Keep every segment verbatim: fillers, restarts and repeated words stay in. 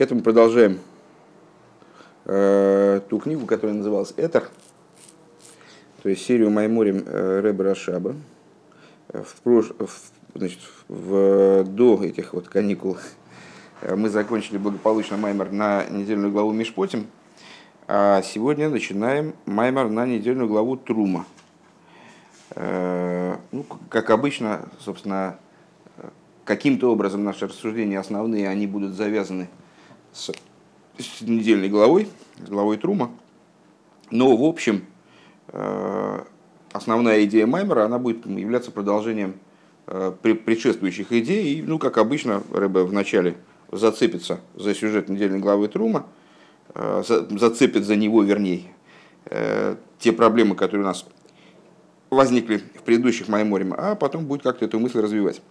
Это мы продолжаем э, ту книгу, которая называлась «Этер», то есть серию Майморим э, Ребе Рашаба. В, прош... в, значит, в... До этих вот каникул мы закончили благополучно Маймор на недельную главу Мишпотим, а сегодня начинаем Маймор на недельную главу Трума. Э, ну, как обычно, собственно, каким-то образом наши рассуждения основные, они будут завязаны с, с недельной главой, с главой Трума. Но, в общем, основная идея Маймера, она будет являться продолжением предшествующих идей. И, ну, как обычно, Ребе вначале зацепится за сюжет недельной главы Трума, зацепит за него, вернее, те проблемы, которые у нас возникли в предыдущих Майморим, а потом будет как-то эту мысль развивать.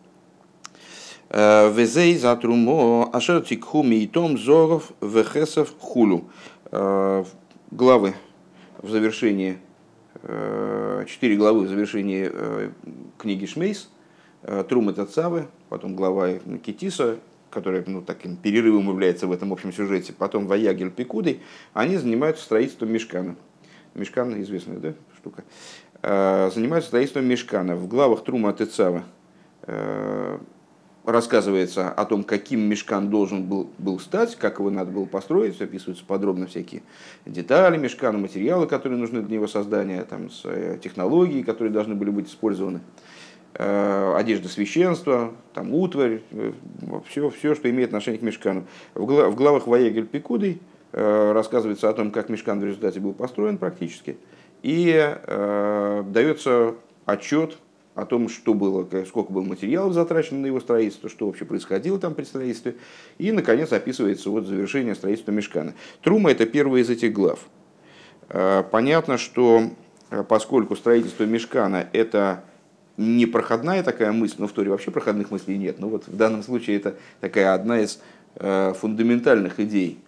Везей за трумо ашер тикху мейтом зоров вехесов хулу. Главы в завершении, четыре главы в завершении книги Шмейс, Трум это Цавы, потом глава Китиса, которая, ну, таким перерывом является в этом общем сюжете, потом Ваягель Пикудой, они занимаются строительством мишкана. Мишкан известная, да, штука. Занимаются строительством мишкана. В главах Трума от Цавы рассказывается о том, каким мишкан должен был, был стать, как его надо было построить, описываются подробно всякие детали мишкана, материалы, которые нужны для его создания, там, технологии, которые должны были быть использованы, одежда священства, там, утварь, все, все, что имеет отношение к мишкану. В главах Ваегель Пикудой рассказывается о том, как мишкан в результате был построен практически, и дается отчет о том, что было, сколько было материалов затрачено на его строительство, что вообще происходило там при строительстве. И, наконец, описывается вот завершение строительства мишкана. Трума – это первая из этих глав. Понятно, что поскольку строительство мишкана – это не проходная такая мысль, но в Торе вообще проходных мыслей нет, но вот в данном случае это такая одна из фундаментальных идей,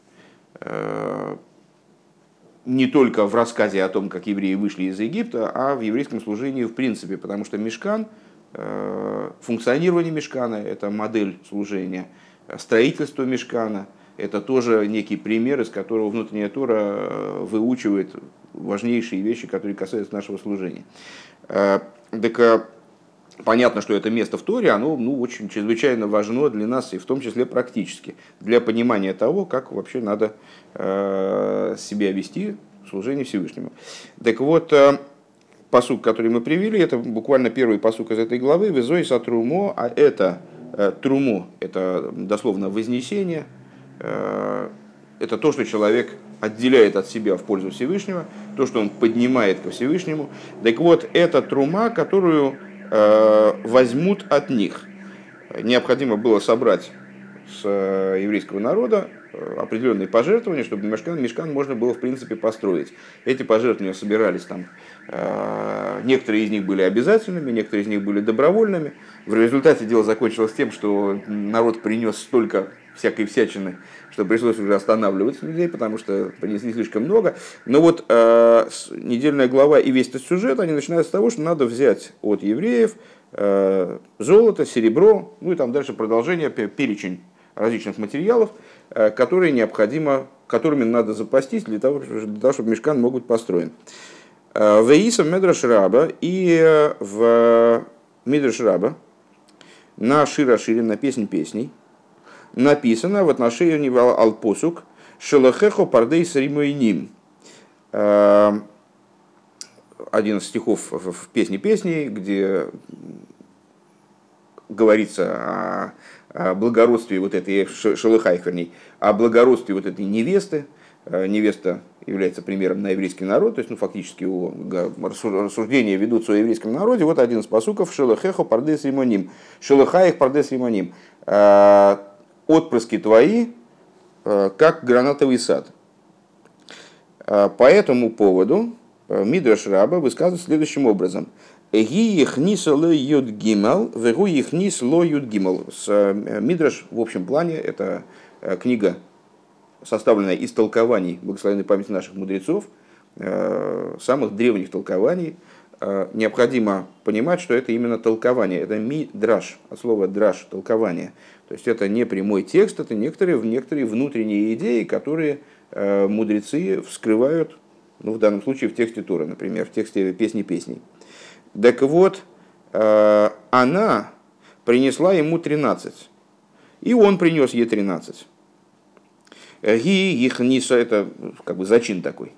не только в рассказе о том, как евреи вышли из Египта, а в еврейском служении в принципе, потому что мишкан, функционирование мишкана – это модель служения, строительство мишкана – это тоже некий пример, из которого внутренняя Тора выучивает важнейшие вещи, которые касаются нашего служения. Так понятно, что это место в Торе, оно, ну, очень чрезвычайно важно для нас, и в том числе практически, для понимания того, как вообще надо э, себя вести в служении Всевышнему. Так вот, э, пасук, который мы привели, это буквально первый пасук из этой главы, «Везой са трумо», а это э, трумо, это дословно вознесение, э, это то, что человек отделяет от себя в пользу Всевышнего, то, что он поднимает ко Всевышнему. Так вот, это трума, которую возьмут от них. Необходимо было собрать с еврейского народа определенные пожертвования, чтобы мишкан, мишкан можно было в принципе построить. Эти пожертвования собирались там, некоторые из них были обязательными, некоторые из них были добровольными. В результате дело закончилось тем, что народ принес столько всякой всячины, что пришлось уже останавливать людей, потому что принесли слишком много. Но вот э, недельная глава и весь этот сюжет, они начинаются с того, что надо взять от евреев э, золото, серебро, ну и там дальше продолжение, перечень различных материалов, э, которые необходимо, которыми надо запастись для того, для того чтобы мишкан мог быть построен. В Ииса Медраш Раба и в Мидраш Раба на Шира Шире, на песнь песней, написано в отношении Алпосук «Шелахехо пардей сримуиним». Один из стихов в «Песне песней», где говорится о благородстве вот этой, Шелахайх, вернее, о благородстве вот этой невесты. Невеста является примером на еврейский народ, то есть, ну, фактически его рассуждения ведутся о еврейском народе. Вот один из пасуков «Шелахехо пардей сримуиним». «Шелахайх пардей сримуиним». Отпрыски твои, как гранатовый сад. По этому поводу Мидраш Раба высказывает следующим образом. Мидраш в общем плане это книга, составленная из толкований благословенной памяти наших мудрецов, самых древних толкований. Необходимо понимать, что это именно толкование, это мидраш, от слова драш, толкование. То есть это не прямой текст, это некоторые, некоторые внутренние идеи, которые э, мудрецы вскрывают, ну, в данном случае в тексте Торы, например, в тексте «Песни песней». Так вот, э, она принесла ему тринадцать, и он принес ей тринадцать. Ги их ниса, это как бы зачин такой.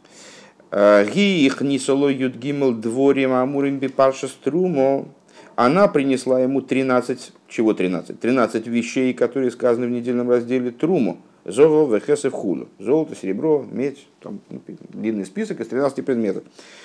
Ги их нисало юдгимл дворим амурим бипарша струмо. Она принесла ему тринадцать, чего тринадцать? тринадцать вещей, которые сказаны в недельном разделе Труму. Зово, вехесев, хулу. Золото, серебро, медь, там, ну, длинный список из тринадцати предметов.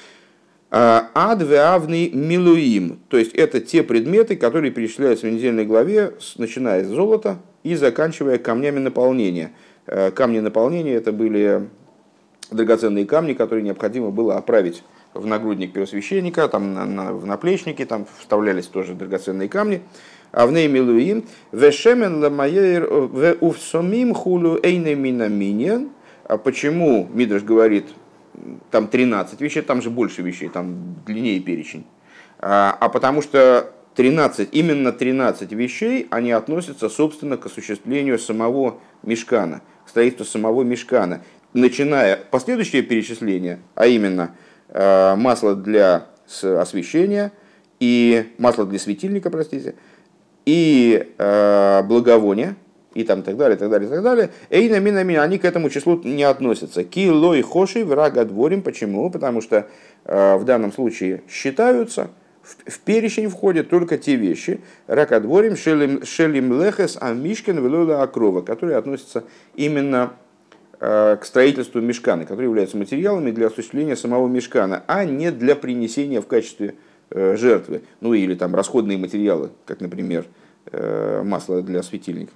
Адвеавный милуим. То есть это те предметы, которые перечисляются в недельной главе, начиная с золота и заканчивая камнями наполнения. Камни наполнения это были драгоценные камни, которые необходимо было оправить в нагрудник первосвященника, там на, на, в наплечники, там вставлялись тоже драгоценные камни. А в ней милуим вешемен ламаер в увсомим хулу эйне минаминьян. А почему Мидраш говорит там тринадцать вещей, там же больше вещей, там длиннее перечень. А, а потому что тринадцать, именно тринадцать вещей, они относятся, собственно, к осуществлению самого мишкана, к строительству самого мишкана. Начиная последующее перечисление, а именно э, масло для освещения, и масло для светильника, простите, и э, благовония, и там так далее, так далее, так далее, эйна мина мина, они к этому числу не относятся. Ки лой хоши врага дворим. Почему? Потому что э, в данном случае считаются, в, в перечень входят только те вещи, ракадворим шелим лехес амишкен велола акрова, которые относятся именно к строительству мишкана, которые являются материалами для осуществления самого мишкана, а не для принесения в качестве жертвы, ну или там расходные материалы, как, например, масло для светильников.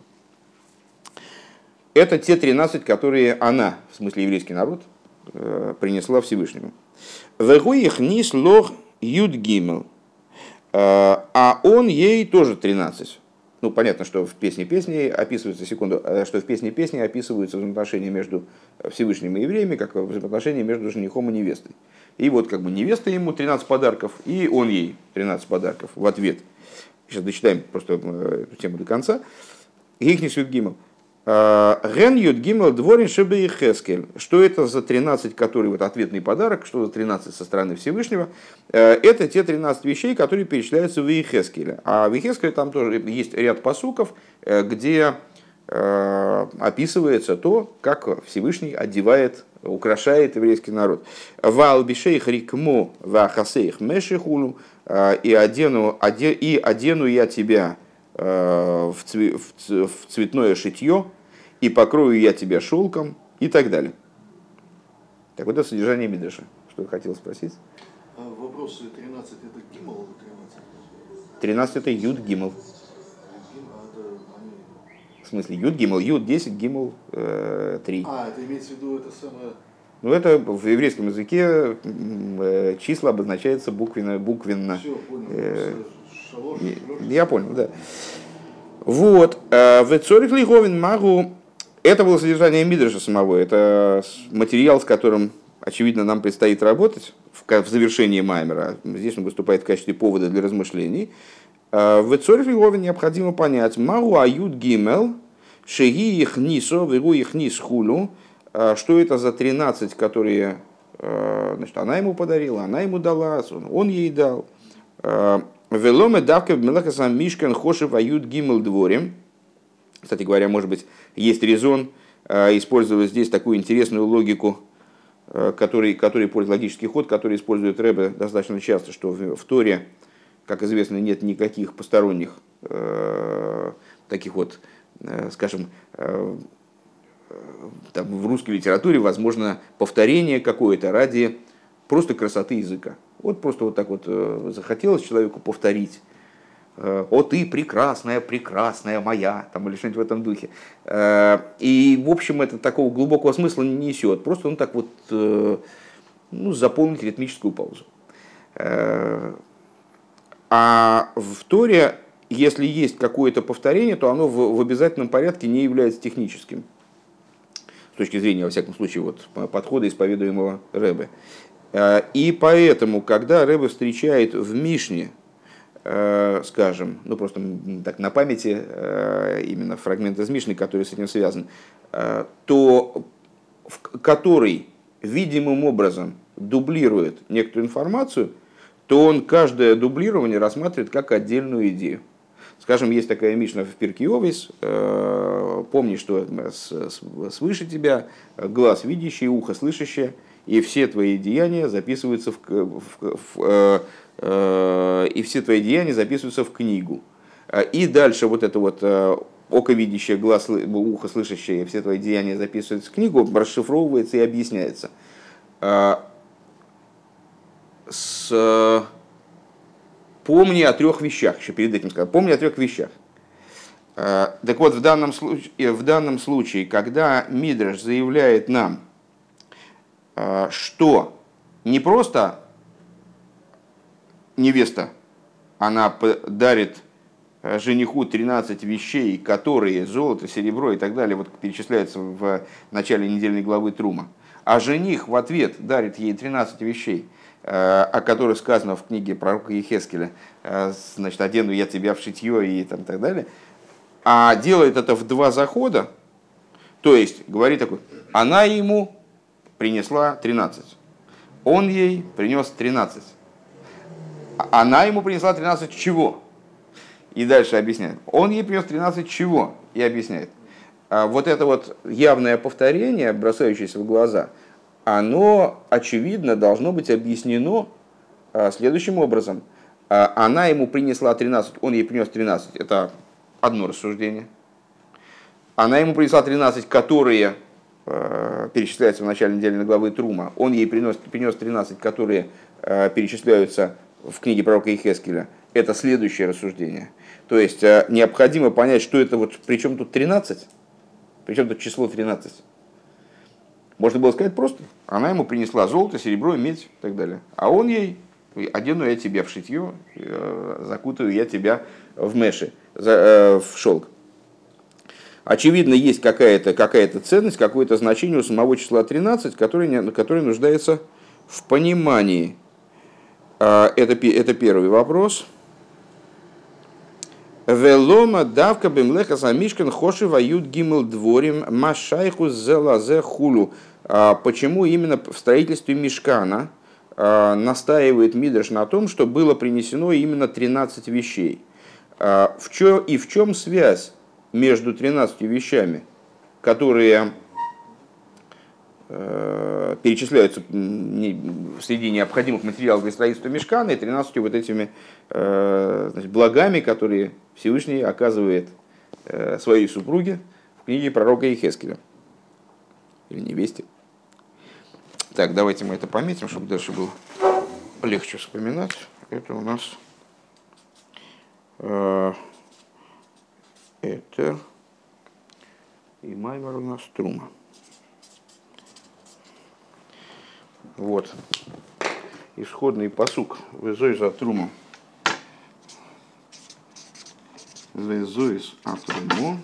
Это те тринадцать, которые она, в смысле еврейский народ, принесла Всевышнему. Вегу их нис лох юд гимел, а он ей тоже тринадцать. Ну, понятно, что в «Песне песни» описывается, секунду, что в «Песне песни» описываются взаимоотношения между Всевышним и евреями, как взаимоотношения между женихом и невестой. И вот как бы невеста ему тринадцать подарков, и он ей тринадцать подарков в ответ. Сейчас дочитаем просто эту тему до конца. Гихнис Юд Гимел. Ген Юд Гимел дворин шебе и хескель. Что это за тринадцать, которые вот ответный подарок, что за тринадцать со стороны Всевышнего? Это те тринадцать вещей, которые перечисляются в Иехескеле. А в Иехескеле там тоже есть ряд пасуков, где описывается то, как Всевышний одевает, украшает еврейский народ. Вал бишейх рикмо вахасейх мешихулу, и одену, и одену я тебя в цветное шитье, и покрою я тебя шелком, и так далее. Так вот это содержание Мидраша. Что я хотел спросить? А вопрос тринадцать это гимл или тринадцать? тринадцать это юд гимл. А это они... В смысле юд гимл, юд десять, гимл э, три. А, это имеется в виду это самое... Ну это в еврейском языке э, числа обозначается буквенно. буквенно. Все, понял. Э, Шалош, я, я понял, да. Вот. В Цорих Лиговин Магу. Это было содержание Мидраша самого. Это материал, с которым, очевидно, нам предстоит работать в завершении Маймера. Здесь он выступает в качестве повода для размышлений. В Цорих Лиговин необходимо понять. Магу ают гимел, шеги их нисо, вегу их нис хулу. Что это за тринадцать, которые, значит, она ему подарила, она ему дала, он ей дал. Веломе давка в мелахасам мишкан хошев ают гимел дворим. Кстати говоря, может быть, есть резон использовать здесь такую интересную логику, который, который пользует логический ход, который использует Ребе достаточно часто, что в, в Торе, как известно, нет никаких посторонних э, таких вот, э, скажем, э, там, в русской литературе возможно повторение какое-то ради просто красоты языка. Вот просто вот так вот э, захотелось человеку повторить. «О, ты прекрасная, прекрасная моя», там, или что-нибудь в этом духе. И, в общем, это такого глубокого смысла не несет. Просто он так вот, ну, заполнить ритмическую паузу. А в Торе, если есть какое-то повторение, то оно в обязательном порядке не является техническим. С точки зрения, во всяком случае, вот, подхода исповедуемого Ребе. И поэтому, когда Ребе встречает в Мишне скажем, ну просто так на памяти, именно фрагмент из Мишны, который с этим связан, то который видимым образом дублирует некоторую информацию, то он каждое дублирование рассматривает как отдельную идею. Скажем, есть такая Мишна в Пиркей Овес: помни, что свыше тебя глаз видящий, ухо слышащее, и все твои деяния записываются в, в, в, э, и все твои деяния записываются в книгу. И дальше вот это вот око видящее, глаз, ухо слышащее, все твои деяния записываются в книгу, расшифровывается и объясняется. С... Помни о трех вещах, еще перед этим сказал, помни о трех вещах. Так вот, в данном случае, в данном случае, когда Мидраш заявляет нам, что не просто невеста, она дарит жениху тринадцать вещей, которые золото, серебро и так далее, вот перечисляются в начале недельной главы Трума, а жених в ответ дарит ей тринадцать вещей, о которых сказано в книге пророка Йехескеля, значит, одену я тебя в шитье и там, так далее, а делает это в два захода, то есть говорит такой, она ему принесла тринадцать, он ей принес тринадцать, она ему принесла тринадцать чего? И дальше объясняет. Он ей принес тринадцать чего? И объясняет. А вот это вот явное повторение, бросающееся в глаза, оно, очевидно, должно быть объяснено следующим образом. Она ему принесла тринадцать, он ей принес тринадцать. Это одно рассуждение. Она ему принесла тринадцать, которые перечисляются в начале недельной главы Трума. Он ей принес, принес тринадцать, которые перечисляются в книге пророка Йехескеля. Это следующее рассуждение. То есть необходимо понять, что это вот, при чем тут тринадцать, при чем тут число тринадцать. Можно было сказать просто, она ему принесла золото, серебро, медь и так далее. А он ей, одену я тебя в шитье, закутаю я тебя в меши, в шелк. Очевидно, есть какая-то, какая-то ценность, какое-то значение у самого числа тринадцать, которое, которое нуждается в понимании. Это, это первый вопрос. Велома давка бемлеха самишкан хоши вают гимл дворим машайху зелазе хулу. Почему именно в строительстве мишкана настаивает Мидраш на том, что было принесено именно тринадцать вещей? В чё, и в чем связь между тринадцатью вещами, которые перечисляются среди необходимых материалов для строительства мишкана, и тринадцатью вот этими, значит, благами, которые Всевышний оказывает своей супруге в книге пророка Йехескеля. Или невесте. Так, давайте мы это пометим, чтобы дальше было легче вспоминать. Это у нас это и Маймер у нас Трума. Вот. Исходный пасук. Везой за Труму. Везой за Труму.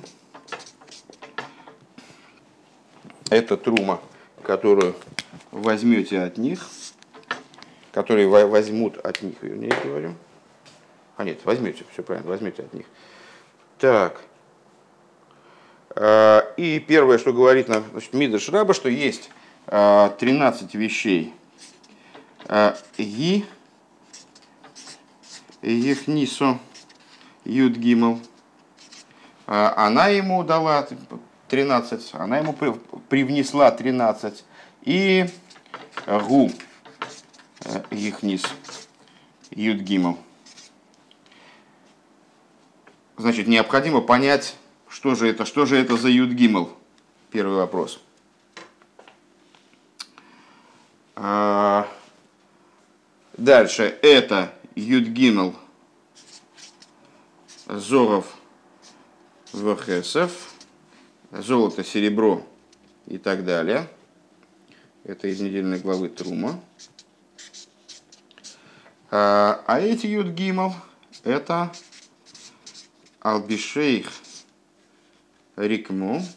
Это Трума, которую возьмете от них, которые возьмут от них, вернее говорю. А нет, возьмете, все правильно, возьмете от них. Так. И первое, что говорит нам, значит, Мидраш Раба, что есть тринадцать вещей. Ги, Ехнисо, Юдгимл. Она ему дала тринадцать, она ему привнесла тринадцать. И Гу, Ехнис, Юдгимл. Значит, необходимо понять, что же это, что же это за Юдгимл. Первый вопрос. Дальше это Юдгимл Зоров Вахесов, золото, серебро и так далее. Это из недельной главы Трума. А эти Юдгимл это Албишейх Рикму.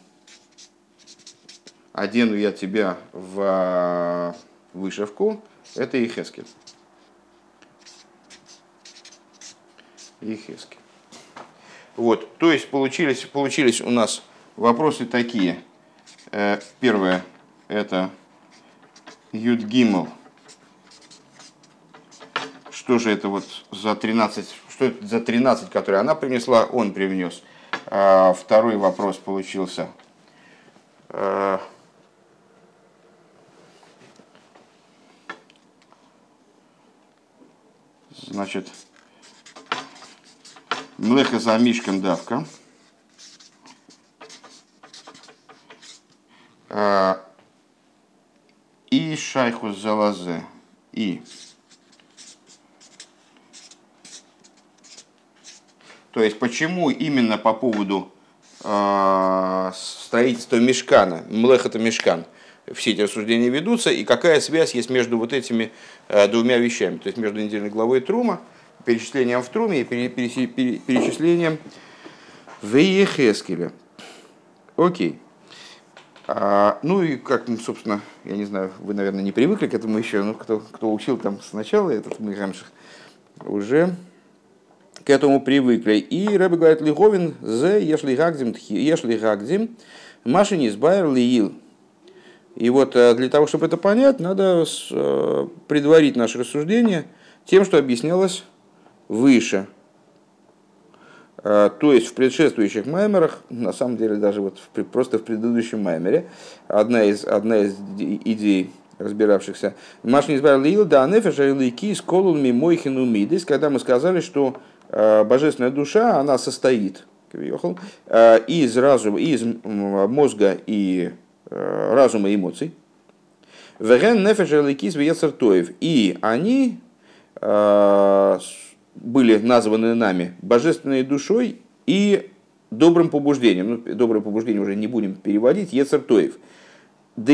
Одену я тебя в вышивку. Это Йехескель. Ехескель. Вот, то есть получились, получились у нас вопросы такие. Первое – это Юд Гимл. Что же это вот за тринадцать, что это за тринадцать, которые она принесла, он привнес. А второй вопрос получился. Значит, Млеха за Мишкан давка. И Шайхус Залазе. И. То есть, почему именно по поводу э, строительства мишкана, Млех это мишкан, все эти рассуждения ведутся, и какая связь есть между вот этими э, двумя вещами, то есть между недельной главой Трума, перечислением в Труме и пере, пере, пере, перечислением в Ехескеле. Окей. А, ну и как, собственно, я не знаю, вы, наверное, не привыкли к этому еще, но кто, кто учил там сначала этот Михамших, уже к этому привыкли. И Ребе говорит, Лиховин зе ешли гагдим ешли гагдим машини избайр лиил. И вот для того, чтобы это понять, надо предварить наше рассуждение тем, что объяснялось выше. То есть в предшествующих маймерах, на самом деле даже вот в, просто в предыдущем маймере, одна из, одна из идей разбиравшихся, Машни избавил Лил, да, нефеша лейки с колунми мойхину мидис, когда мы сказали, что э, божественная душа, она состоит э, из разума, из мозга и э, разума и эмоций. Веген нефеша лейки с вецертоев, и они э, были названы нами божественной душой и добрым побуждением. Ну, доброе побуждение уже не будем переводить. Ецертоев. Вот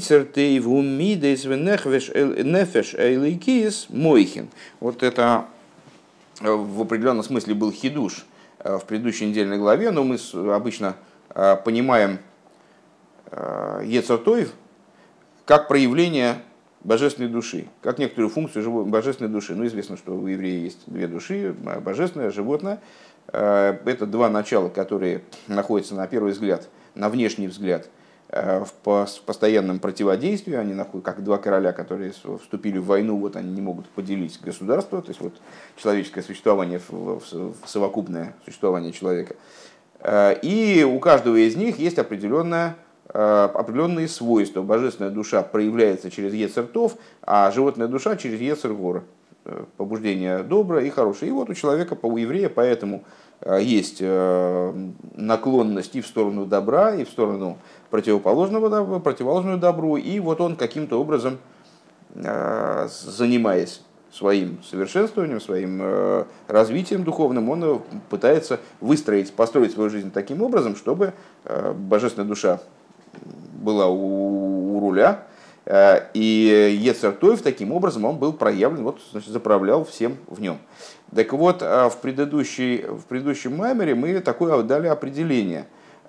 это в определенном смысле был хидуш в предыдущей недельной главе, но мы обычно понимаем Ецертоев как проявление божественной души, как некоторую функцию божественной души. Ну, известно, что у еврея есть две души, божественная, животное. Это два начала, которые находятся на первый взгляд, на внешний взгляд, в постоянном противодействии. Они находятся как два короля, которые вступили в войну, вот они не могут поделить государство, то есть вот человеческое существование, совокупное существование человека. И у каждого из них есть определенная определенные свойства. Божественная душа проявляется через Ецертов, а животная душа через Ецергор. Побуждение доброе и хорошее. И вот у человека, у еврея, поэтому есть наклонность и в сторону добра, и в сторону противоположного добра, противоположную добру. И вот он каким-то образом, занимаясь своим совершенствованием, своим развитием духовным, он пытается выстроить, построить свою жизнь таким образом, чтобы божественная душа была у, у руля, и Ецертоев таким образом он был проявлен, вот, значит, заправлял всем в нем. Так вот, в, предыдущей, в предыдущем маймере мы такое дали определение.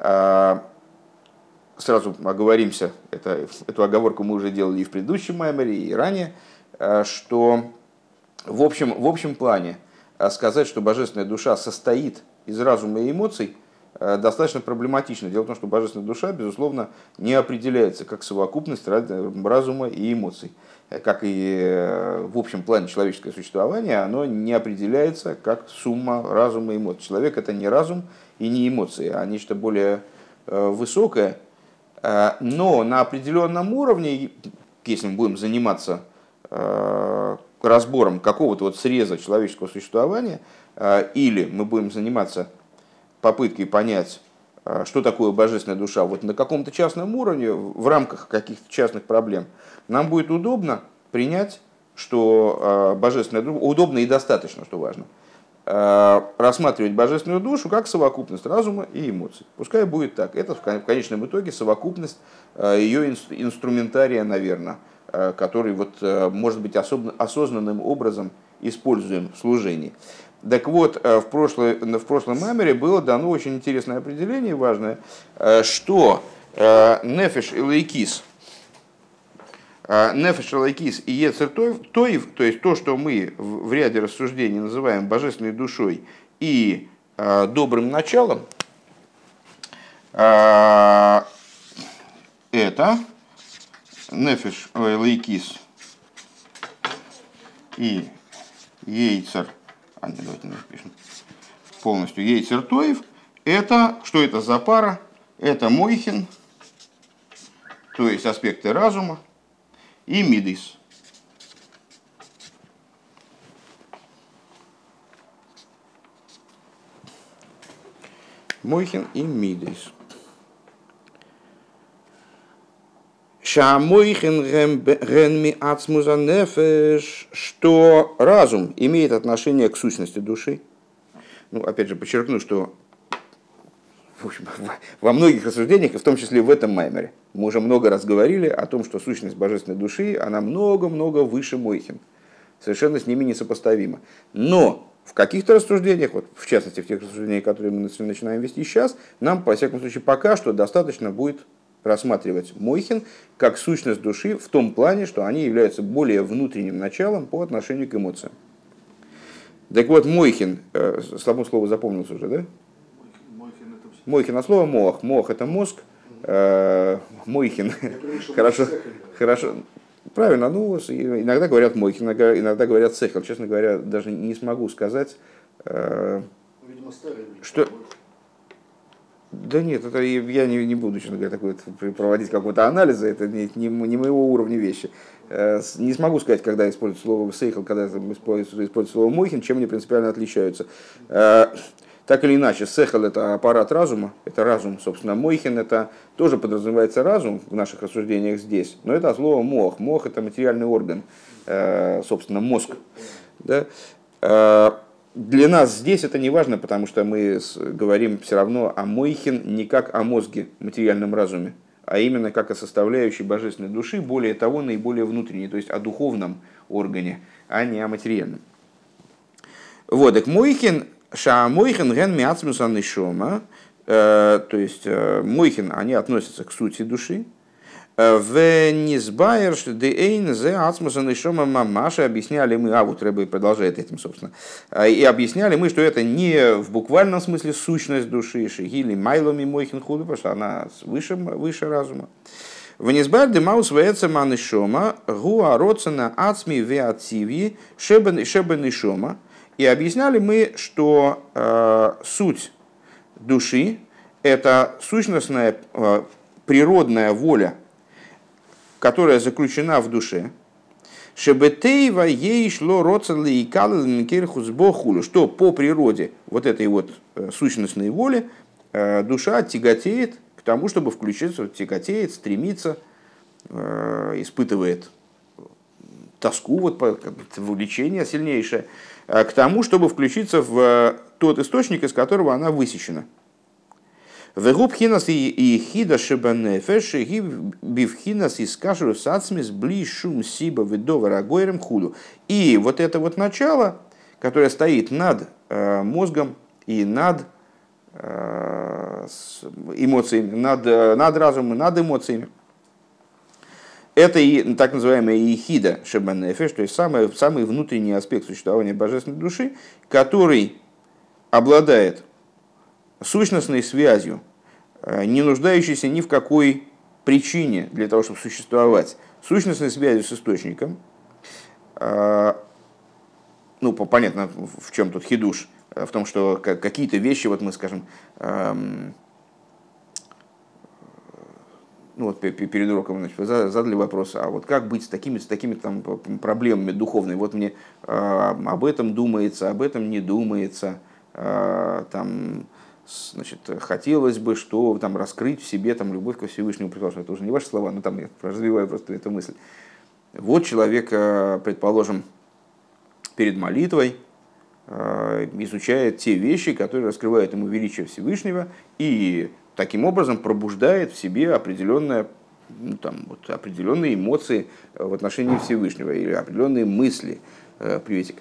Сразу оговоримся, это, эту оговорку мы уже делали и в предыдущем маймере, и ранее, что в общем, в общем плане сказать, что божественная душа состоит из разума и эмоций, достаточно проблематично. Дело в том, что божественная душа, безусловно, не определяется как совокупность разума и эмоций. Как и в общем плане человеческое существование, оно не определяется как сумма разума и эмоций. Человек — это не разум и не эмоции, а нечто более высокое. Но на определенном уровне, если мы будем заниматься разбором какого-то вот среза человеческого существования, или мы будем заниматься попыткой понять, что такое божественная душа, вот на каком-то частном уровне, в рамках каких-то частных проблем, нам будет удобно принять, что божественная душа, удобно и достаточно, что важно, рассматривать божественную душу как совокупность разума и эмоций. Пускай будет так. Это в конечном итоге совокупность ее инструментария, наверное, который вот, может быть осознанным образом используем в служении. Так вот, в, прошлой, в прошлом маймере было дано очень интересное определение, важное, что нефеш и лейкис, нефеш и лейкис и ецер тоев, то есть то, что мы в ряде рассуждений называем божественной душой и э, добрым началом э, это нефеш лейкис и ейцер, а не, давайте напишем полностью, ейцер тоев, это, что это за пара? Это мойхин, то есть аспекты разума, и мидис. Мойхин и мидис. Шамойхин генми ацмуза нефеш, что разум имеет отношение к сущности души. Ну, опять же, подчеркну, что в общем, во многих рассуждениях, и в том числе в этом маймере, мы уже много раз говорили о том, что сущность божественной души, она много-много выше мойхин. Совершенно с ними несопоставима. Но в каких-то рассуждениях, вот в частности в тех рассуждениях, которые мы начинаем вести сейчас, нам, во всяком случае, пока что достаточно будет рассматривать мойхин как сущность души в том плане, что они являются более внутренним началом по отношению к эмоциям. Так вот, мойхин, э, слабое слово запомнился уже, да? Мойхин это все. Мойхин, а слово мох. Мох это мозг. Э, мойхин. Хорошо, хорошо. Правильно, ну, иногда говорят мойхин, иногда говорят сехел. Честно говоря, даже не смогу сказать. Э, Видимо, старый. Что... Да нет, это я не, не буду, честно говоря, такой, проводить какого-то анализа, это не, не, не моего уровня вещи. Не смогу сказать, когда используют слово сейхл, когда используют, используют слово мойхин, чем они принципиально отличаются. Так или иначе, сейхл — это аппарат разума, это разум, собственно, мойхин — это тоже подразумевается разум в наших рассуждениях здесь, но это слово мох. Мох — это материальный орган, собственно, мозг. Да? Для нас здесь это не важно, потому что мы говорим все равно о мойхин не как о мозге, материальном разуме, а именно как о составляющей божественной души, более того, наиболее внутренней, то есть о духовном органе, а не о материальном. Вот, так мойхин, ша мойхин ген миацмуса нишома, то есть мойхин, они относятся к сути души. В Низбайерш Дейн зе Ацмуса Нишома Мамаша объясняли мы, а вот Рэбе продолжает этим, собственно, и объясняли мы, что это не в буквальном смысле сущность души, Шигили Майломи Мойхин Худу, потому что она выше, выше разума. В Низбайер Демаус Вецема Нишома Гуа Роцена Ацми Веатсиви Шебен Нишома. И объясняли мы, что э, суть души — это сущностная э, природная воля, которая заключена в душе, шебетейва ей шло роценли и каллхузбохулю, что по природе вот этой вот сущностной воли душа тяготеет к тому, чтобы включиться, тяготеет, стремится, испытывает тоску, вот, влечение сильнейшее, к тому, чтобы включиться в тот источник, из которого она высечена. Вегубхинас и хида шибанефеш и бивхинас и скажу сацмис блишум сиба ведовара гойрем худу. И вот это вот начало, которое стоит над э, мозгом и над э, эмоциями, над, над разумом, над эмоциями, это и так называемая ехида шибанефеш, то есть самый, самый внутренний аспект существования божественной души, который обладает сущностной связью, не нуждающейся ни в какой причине для того, чтобы существовать, сущностной связью с источником. Ну, понятно, в чем тут хидуш, в том, что какие-то вещи, вот мы скажем, ну вот перед уроком, значит, вы задали вопрос, а вот как быть с такими, с такими там проблемами духовными? Вот мне об этом думается, об этом не думается, там... Значит, хотелось бы, что там раскрыть в себе там, любовь ко Всевышнему, предположим, это уже не ваши слова, но там я развиваю просто эту мысль. Вот человек, предположим, перед молитвой изучает те вещи, которые раскрывают ему величие Всевышнего, и таким образом пробуждает в себе определенное, ну, там, вот, определенные эмоции в отношении Всевышнего или определенные мысли. Приветик.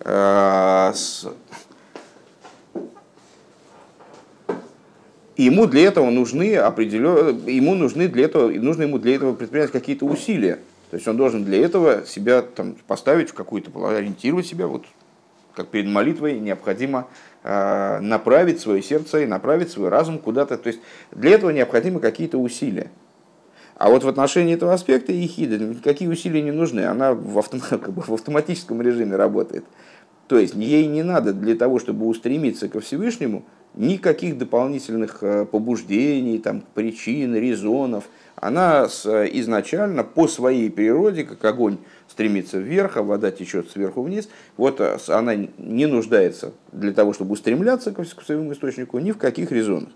Ему для этого нужны определенные, ему нужны для этого, нужно ему для этого предпринять какие-то усилия. То есть он должен для этого себя там поставить в какую-то, ориентировать себя, вот как перед молитвой необходимо направить свое сердце и направить свой разум куда-то. То есть для этого необходимы какие-то усилия. А вот в отношении этого аспекта ехиды никакие усилия не нужны. Она в, автом, как бы в автоматическом режиме работает. То есть ей не надо для того, чтобы устремиться ко Всевышнему, никаких дополнительных побуждений, там, причин, резонов. Она изначально по своей природе, как огонь стремится вверх, а вода течет сверху вниз, вот она не нуждается для того, чтобы устремляться к своему источнику, ни в каких резонах.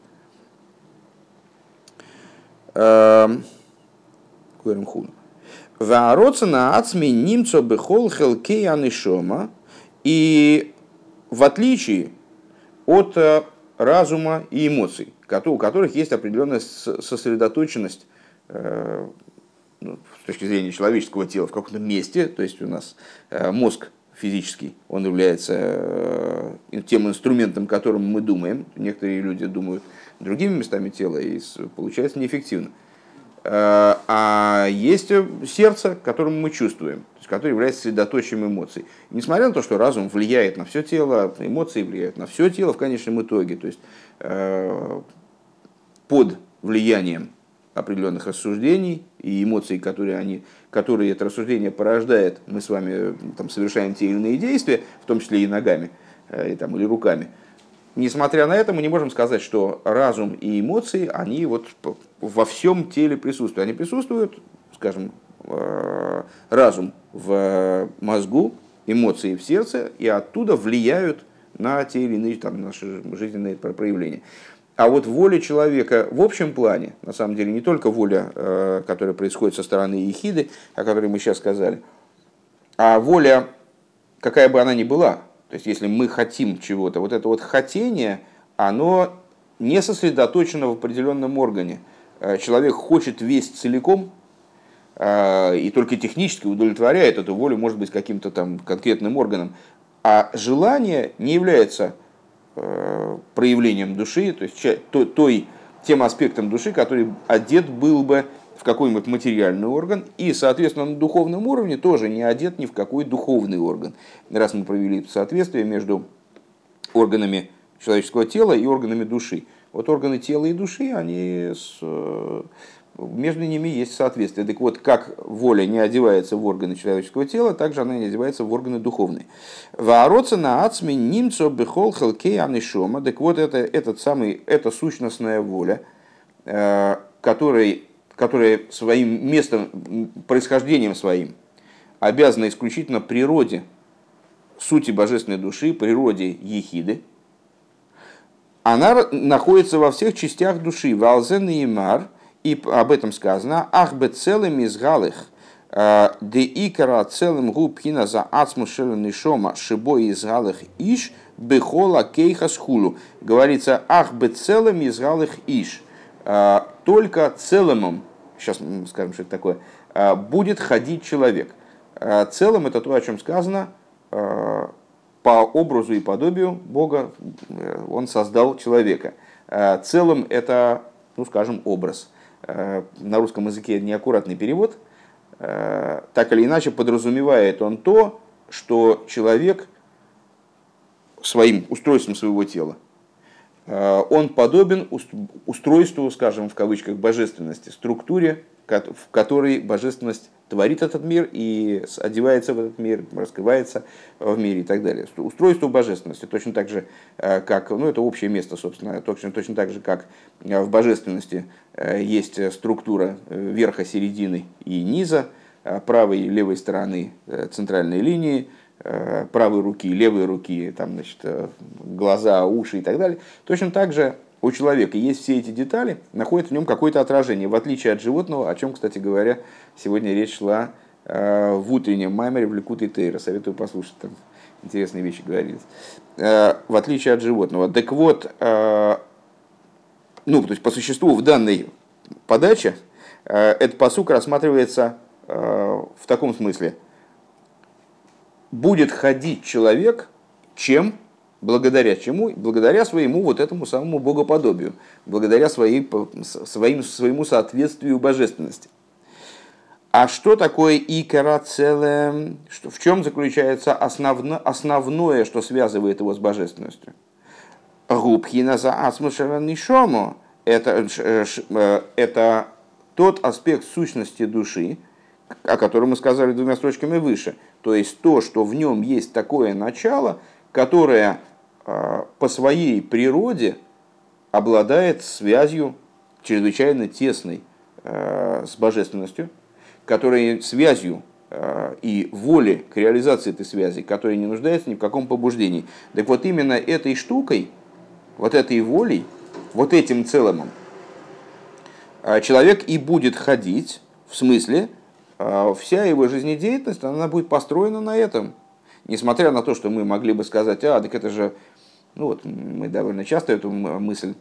И в отличие от разума и эмоций, у которых есть определенная сосредоточенность э, ну, с точки зрения человеческого тела в каком-то месте, то есть у нас э, мозг физический, он является э, тем инструментом, которым мы думаем. Некоторые люди думают другими местами тела, и получается неэффективно. Э, а есть сердце, которым мы чувствуем, то есть, которое является средоточием эмоций. И несмотря на то, что разум влияет на все тело, эмоции влияют на все тело в конечном итоге, то есть э, под влиянием определенных рассуждений и эмоций, которые, они, которые это рассуждение порождает, мы с вами там, совершаем те или иные действия, в том числе и ногами и, там, или руками. Несмотря на это, мы не можем сказать, что разум и эмоции, они вот во всем теле присутствуют. Они присутствуют, скажем, разум в мозгу, эмоции в сердце, и оттуда влияют на те или иные там, наши жизненные проявления. А вот воля человека в общем плане, на самом деле, не только воля, которая происходит со стороны ехиды, о которой мы сейчас сказали, а воля, какая бы она ни была, то есть если мы хотим чего-то, вот это вот хотение, оно не сосредоточено в определенном органе. Человек хочет весь целиком, и только технически удовлетворяет эту волю, может быть, каким-то там конкретным органом. А желание не является проявлением души, то есть той, тем аспектом души, который одет был бы в какой-нибудь материальный орган, и, соответственно, на духовном уровне тоже не одет ни в какой духовный орган. Раз мы провели соответствие между органами человеческого тела и органами души. Вот органы тела и души, они с, между ними есть соответствие. Так вот, как воля не одевается в органы человеческого тела, так же она не одевается в органы духовные. Ваароца на ацме нимцо бехол хелкей анишома. Так вот, это, этот самый, эта сущностная воля, которой, которая своим местом, происхождением своим обязана исключительно природе, сути божественной души, природе ехиды, она находится во всех частях души. Валзен и Имар, и об этом сказано, ах бе целым из галых, де икара целым губхина за ацмушелен шома шибо из галых иш бехола кейха схулу. Говорится, ах бе целым из галых иш. Только целым, сейчас мы скажем, что это такое, будет ходить человек. Целым это то, о чем сказано, по образу и подобию Бога он создал человека. Целым это, ну скажем, образ. На русском языке неаккуратный перевод. Так или иначе подразумевает он то, что человек своим устройством своего тела, он подобен устройству, скажем, в кавычках, божественности, структуре, в которой божественность творит этот мир и одевается в этот мир, раскрывается в мире и так далее. Устройство божественности точно так же, как, ну это общее место, собственно, точно, точно так же, как в божественности есть структура верха, середины и низа, правой и левой стороны центральной линии, правой руки, левой руки, там, значит, глаза, уши и так далее. Точно так же у человека есть все эти детали, находят в нем какое-то отражение, в отличие от животного, о чем, кстати говоря, сегодня речь шла в утреннем маймере в Ликутей Тейра. Советую послушать, там интересные вещи говорились. В отличие от животного. Так вот, ну, то есть по существу в данной подаче этот пасук рассматривается в таком смысле. Будет ходить человек, чем? Благодаря чему? Благодаря своему вот этому самому богоподобию, благодаря своей, своим, своему соответствию божественности. А что такое икара целое? В чем заключается основно, основное, что связывает его с божественностью? Губхина за асмушеванишому – это это тот аспект сущности души, о котором мы сказали двумя строчками выше. То есть то, что в нем есть такое начало, которое по своей природе обладает связью чрезвычайно тесной с божественностью, которая связью и волей к реализации этой связи, которая не нуждается ни в каком побуждении. Так вот именно этой штукой, вот этой волей, вот этим целым человек и будет ходить, в смысле, вся его жизнедеятельность, она будет построена на этом. Несмотря на то, что мы могли бы сказать, а, так это же, ну вот, мы довольно часто эту мысль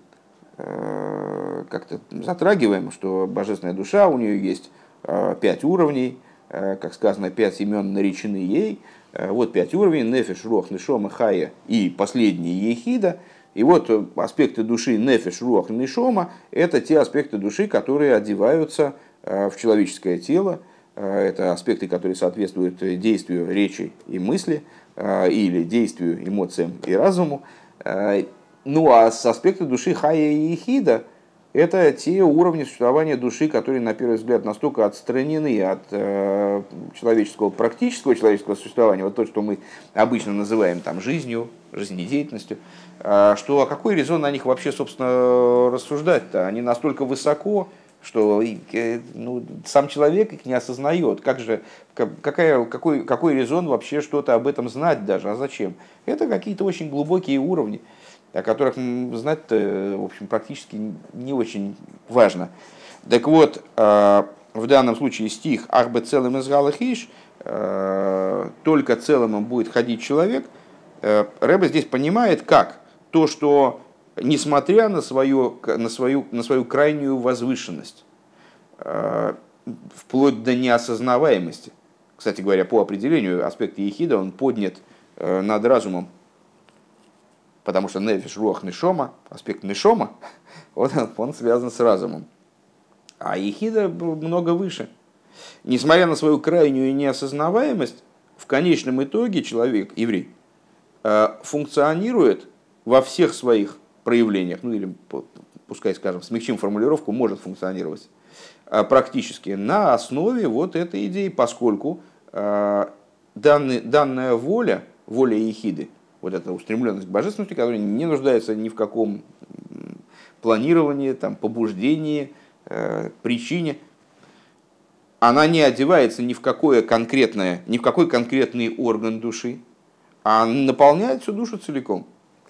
как-то затрагиваем, что божественная душа, у нее есть пять уровней, как сказано, пять имен наречены ей, вот пять уровней, нефеш, руах, нешома, хая и последний ехида. И вот аспекты души нефеш, руах, нешома – это те аспекты души, которые одеваются в человеческое тело. Это аспекты, которые соответствуют действию речи и мысли, или действию, эмоциям и разуму. Ну а с аспекта души хая и ехида – это те уровни существования души, которые, на первый взгляд, настолько отстранены от э, человеческого, практического человеческого существования, вот то, что мы обычно называем там, жизнью, жизнедеятельностью, э, что а какой резон на них вообще, собственно, рассуждать-то? Они настолько высоко, что э, ну, сам человек их не осознает. Как же, какая, какой, какой резон вообще что-то об этом знать даже? А зачем? Это какие-то очень глубокие уровни, о которых знать-то, в общем, практически не очень важно. Так вот, в данном случае стих «Ахбе целым из галахиш» только целым будет ходить человек. Рэбе здесь понимает, как то, что несмотря на свою, на свою, на свою крайнюю возвышенность, вплоть до неосознаваемости, кстати говоря, по определению аспект ехида, он поднят над разумом, потому что нефиш, руах, нешома, аспект нешома, он, он связан с разумом. А ехида много выше. Несмотря на свою крайнюю неосознаваемость, в конечном итоге человек, еврей, функционирует во всех своих проявлениях, ну или, пускай скажем, смягчим формулировку, может функционировать практически на основе вот этой идеи, поскольку данный, данная воля, воля ехиды, вот эта устремленность к божественности, которая не нуждается ни в каком планировании, там, побуждении, э, причине, она не одевается ни в какое конкретное, ни в какой конкретный орган души, а наполняет всю душу целиком.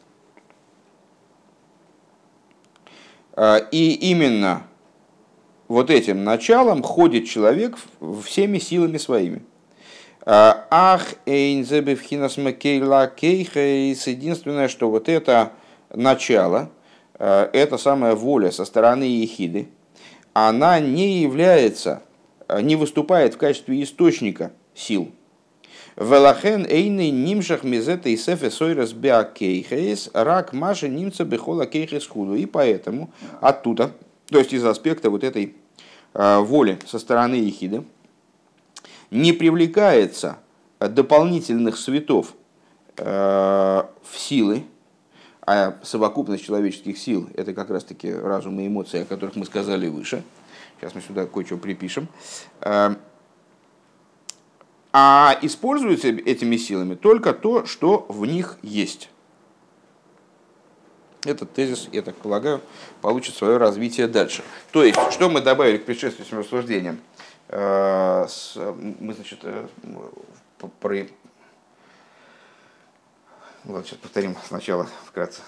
И именно вот этим началом ходит человек всеми силами своими. Ах, эйнзебевхинас макейла кейхейс. Единственное, что вот это начало, это самая воля со стороны ехиды, она не является, не выступает в качестве источника сил. Велахен эйный нимшах мизета и сефе сойрас беа кейхейс рак маши нимца бехола кейхейс худу. И поэтому оттуда, то есть из аспекта вот этой воли со стороны ехиды, не привлекается дополнительных светов в силы, а совокупность человеческих сил – это как раз-таки разум и эмоции, о которых мы сказали выше. Сейчас мы сюда кое-что припишем. А используется этими силами только то, что в них есть. Этот тезис, я так полагаю, получит свое развитие дальше. То есть, что мы добавили к предшествующим рассуждениям? Мы, значит, про... Ладно, сейчас повторим сначала вкратце.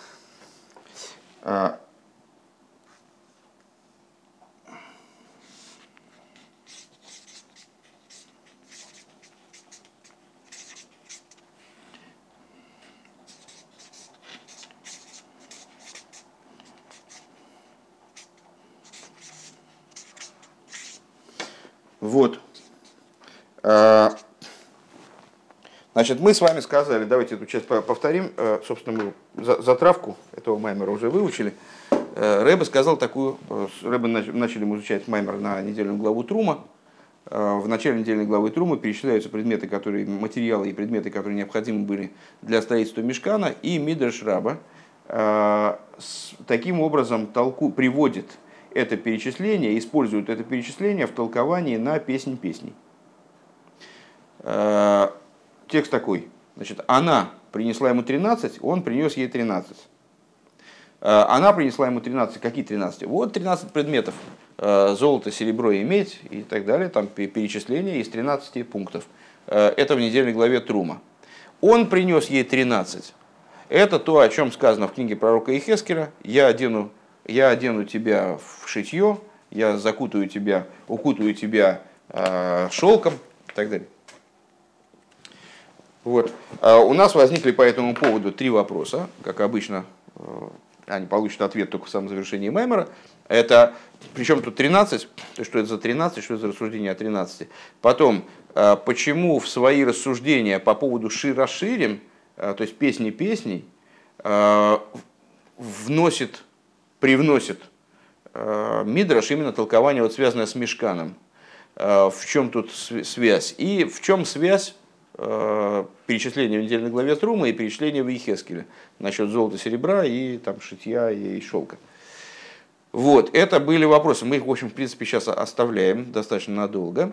Вот. Значит, мы с вами сказали, давайте эту часть повторим, собственно, мы затравку этого маймера уже выучили. Рэбе сказал такую, Рэбе начали мы изучать маймер на недельную главу Трума. В начале недельной главы Трума перечисляются предметы, которые, материалы и предметы, которые необходимы были для строительства мишкана, и Мидраш Раба таким образом толку, приводит это перечисление, использует это перечисление в толковании на песнь песней. Текст такой. Значит, она принесла ему тринадцать, он принес ей тринадцать. Она принесла ему тринадцать. Какие тринадцать? Вот тринадцать предметов. Золото, серебро и медь и так далее. Там перечисление из тринадцати пунктов. Это в недельной главе Трума. Он принес ей тринадцать. Это то, о чем сказано в книге пророка Иехескеля. Я одену, я одену тебя в шитье, я закутаю тебя, укутаю тебя э, шелком и так далее. Вот. У нас возникли по этому поводу три вопроса. Как обычно, они получат ответ только в самом завершении маймера. Это, причем тут тринадцать, то есть что это за тринадцать, что это за рассуждение о тринадцати. Потом, почему в свои рассуждения по поводу шир-аширим, то есть песни песней, вносит, привносит мидраш именно толкование, вот, связанное с мишканом. В чем тут связь? И в чем связь перечисления в недельной главе Трума и перечисления в Иехескеле насчет золота, серебра и там, шитья и шелка. Вот, это были вопросы. Мы их, в общем, в принципе, сейчас оставляем достаточно надолго.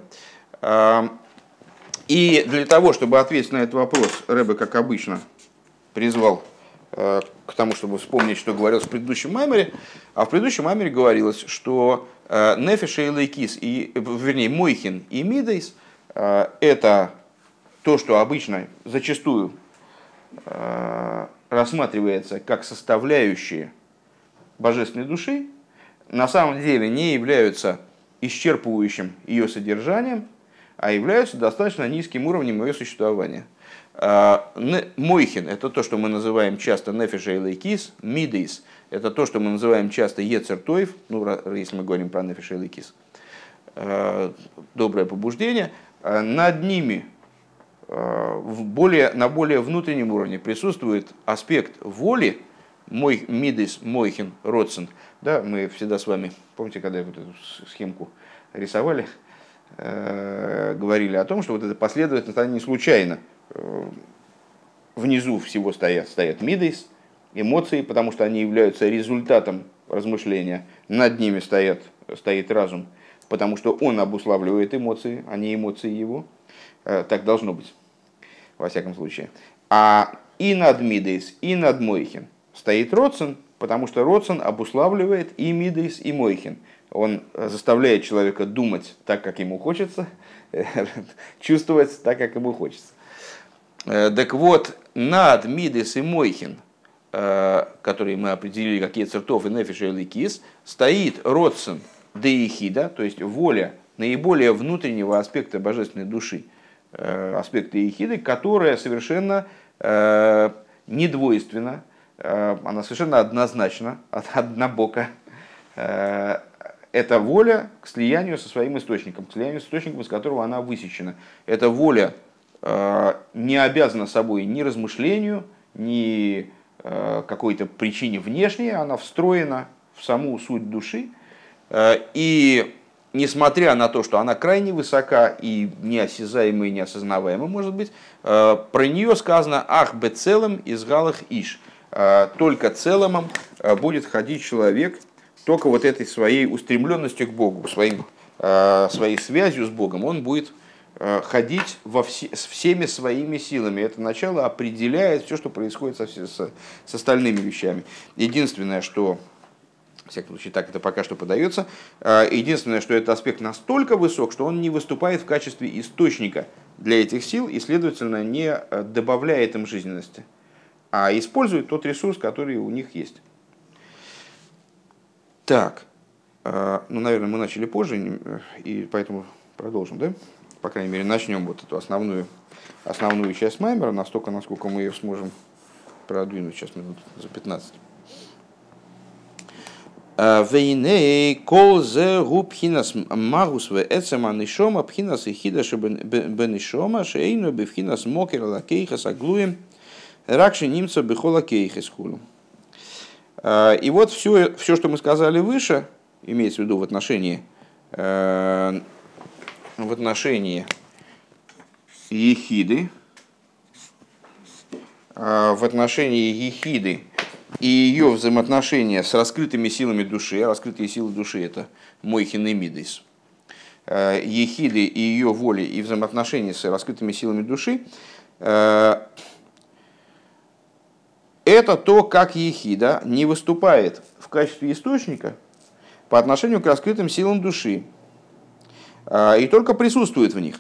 И для того, чтобы ответить на этот вопрос, Ребе, как обычно, призвал к тому, чтобы вспомнить, что говорилось в предыдущем маймере. А в предыдущем маймере говорилось, что нефеш и лейкис, и, вернее, мойхин и мидейс – это то, что обычно, зачастую рассматривается как составляющие божественной души, на самом деле не являются исчерпывающим ее содержанием, а являются достаточно низким уровнем ее существования. Мойхин – это то, что мы называем часто нефеш и лейкис, мидейс – это то, что мы называем часто ецер тойв, ну, если мы говорим про нефеш и лейкис, доброе побуждение. Над ними в более, на более внутреннем уровне присутствует аспект воли, мой, мидейс, мойхин, родсен. Да, мы всегда с вами, помните, когда вот эту схемку рисовали, говорили о том, что вот эта последовательность, она не случайно. Внизу всего стоят, стоят мидейс, эмоции, потому что они являются результатом размышления. Над ними стоят, стоит разум, потому что он обуславливает эмоции, а не эмоции его. Так должно быть, во всяком случае. А и над мидейс, и над мойхин стоит родсен, потому что родсен обуславливает и мидейс, и мойхин. Он заставляет человека думать так, как ему хочется, чувствовать так, как ему хочется. Так вот, над мидейс и мойхин, которые мы определили как ецертов и нефеш и лейкис, стоит родсен деихида, то есть воля наиболее внутреннего аспекта божественной души, аспекта иехиды, которая совершенно недвойственна, она совершенно однозначна, однобока. Это воля к слиянию со своим источником, к слиянию с источником, из которого она высечена. Эта воля не обязана собой ни размышлению, ни какой-то причине внешней, она встроена в саму суть души. И несмотря на то, что она крайне высока и неосязаема и неосознаваема, может быть, про нее сказано «ах бе целым из галах иш». Только целым будет ходить человек, только вот этой своей устремленностью к Богу, своим, своей связью с Богом, он будет ходить во все, с всеми своими силами. Это начало определяет все, что происходит со, с, с остальными вещами. Единственное, что, в всяком случае, так это пока что подается, единственное, что этот аспект настолько высок, что он не выступает в качестве источника для этих сил и, следовательно, не добавляет им жизненности, а использует тот ресурс, который у них есть. Так, ну, наверное, мы начали позже, и поэтому продолжим, да? По крайней мере, начнем вот эту основную, основную часть маймера, настолько, насколько мы ее сможем продвинуть, сейчас минут за пятнадцать. Вейней кол зе губхинас магус ве эцема нишома пхинас и хидаши бенишома шейну бифхинас мокер лакейхас аглуем ракши немца бихола кейхас хулу. И вот все, все, что мы сказали выше, имеется в виду в отношении в отношении ехиды, в отношении ехиды и ее взаимоотношения с раскрытыми силами души, а раскрытые силы души это мойхин и мидейс, ехиды и ее воли и взаимоотношения с раскрытыми силами души, это то, как ехида не выступает в качестве источника по отношению к раскрытым силам души и только присутствует в них.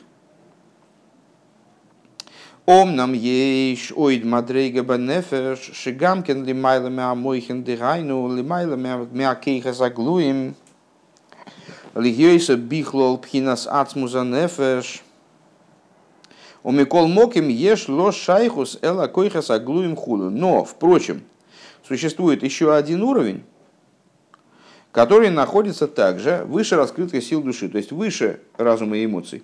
Омнам ейш ойд мадрейга бенефеш шигамкен лимайла мя мойхен дыгайну лимайла мя кейха заглуем лигьёйса бихлол пхинас ацмуза нефеш умикол моким еш ло шайхус эла койха заглуем худу. Но, впрочем, существует еще один уровень, который находится также выше раскрытых сил души, то есть выше разума и эмоций.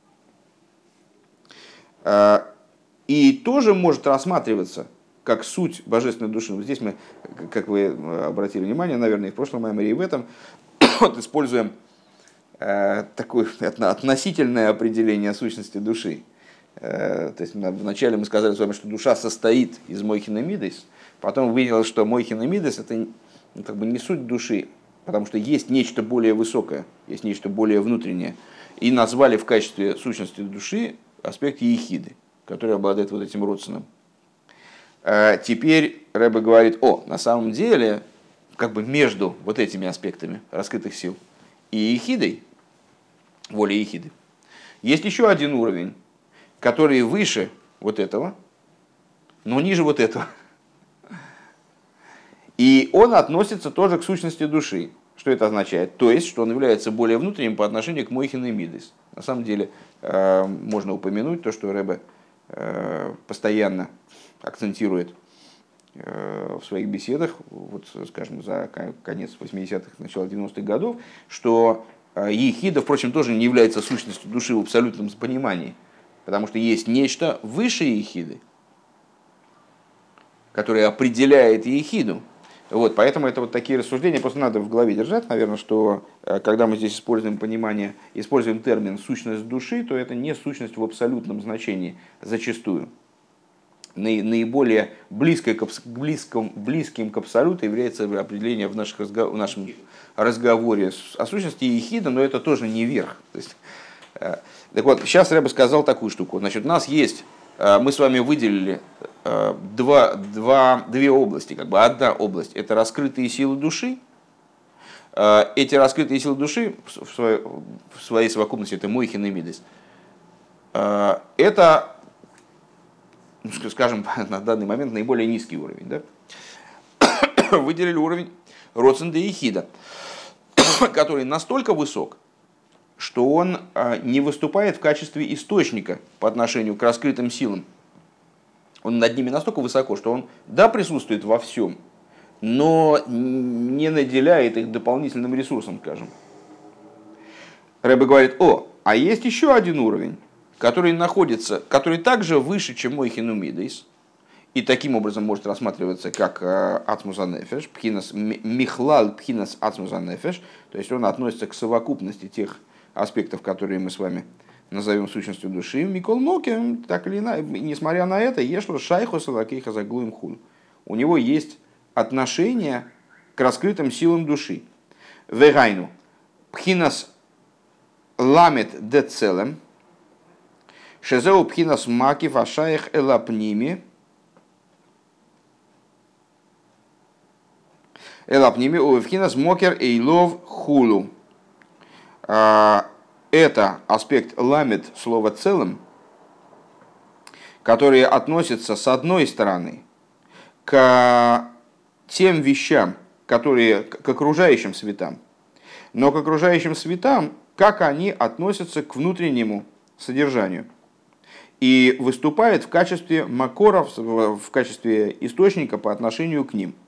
И тоже может рассматриваться как суть божественной души. Вот здесь мы, как вы обратили внимание, наверное, и в прошлом майморе, и в этом, вот используем э, такое относительное определение сущности души. Э, то есть вначале мы сказали с вами, что душа состоит из мойхин и мидейс, потом выяснилось, что мойхин и мидейс это ну, как бы не суть души, потому что есть нечто более высокое, есть нечто более внутреннее. И назвали в качестве сущности души аспект ехиды, который обладает вот этим родственным. Теперь Рэбе говорит, о, на самом деле, как бы между вот этими аспектами раскрытых сил и ехидой, волей ехиды, есть еще один уровень, который выше вот этого, но ниже вот этого. И он относится тоже к сущности души. Что это означает? То есть, что он является более внутренним по отношению к мойхин и мидейс. На самом деле, можно упомянуть то, что Рэбе постоянно акцентирует в своих беседах, вот, скажем, за конец восьмидесятых, начало девяностых годов, что ехида, впрочем, тоже не является сущностью души в абсолютном понимании, потому что есть нечто выше ехиды, которое определяет ехиду. Вот, поэтому это вот такие рассуждения просто надо в голове держать, наверное, что когда мы здесь используем понимание, используем термин «сущность души», то это не сущность в абсолютном значении зачастую. Наиболее близкое к, близком, близким к абсолюту является определение в, наших, в нашем разговоре о сущности ехида, но это тоже не верх. То есть, так вот, сейчас я бы сказал такую штуку. Значит, у нас есть, мы с вами выделили два, два, две области. Как бы одна область – это раскрытые силы души. Эти раскрытые силы души в своей, в своей совокупности – это мойхин и мидейс. Это, скажем, на данный момент наиболее низкий уровень. Да? Выделили уровень роцен де ехида, который настолько высок, что он не выступает в качестве источника по отношению к раскрытым силам. Он над ними настолько высоко, что он, да, присутствует во всем, но не наделяет их дополнительным ресурсом, скажем. Рэбе говорит, о, а есть еще один уровень, который находится, который также выше, чем мойхин и мидейс, и таким образом может рассматриваться как ацмус анефеш, пхинас михлал пхинас ацмус анефеш, то есть он относится к совокупности тех аспектов, которые мы с вами назовем сущностью души. Микол Моки, так или иначе, несмотря на это, ешло шайху салакейха заглуем хуль. У него есть отношение к раскрытым силам души. Вегайну пхинас ламет де целем шезеу пхинас макив ашаих элапними элапними у пхинас мокер эйлов хулу. Это аспект ламет слова целым, который относится с одной стороны к тем вещам, которые к окружающим светам, но к окружающим светам, как они относятся к внутреннему содержанию, и выступает в качестве макоров, в качестве источника по отношению к ним.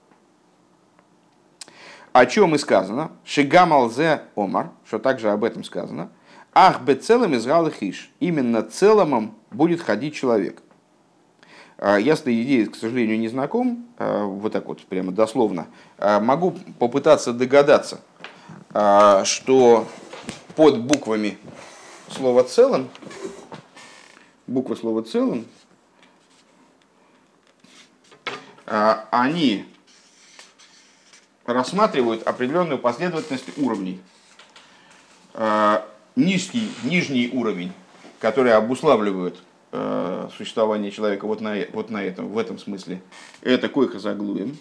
О чем и сказано, шигамалзе омар, что также об этом сказано, ах бе целым из галахиш, именно целым будет ходить человек. Я с этой идеей, к сожалению, не знаком, вот так вот прямо дословно. Могу попытаться догадаться, что под буквами слова целым, буква слова целым, они рассматривают определенную последовательность уровней. Низкий, нижний уровень, который обуславливает существование человека вот на, вот на этом, в этом смысле, это койхас аглуем.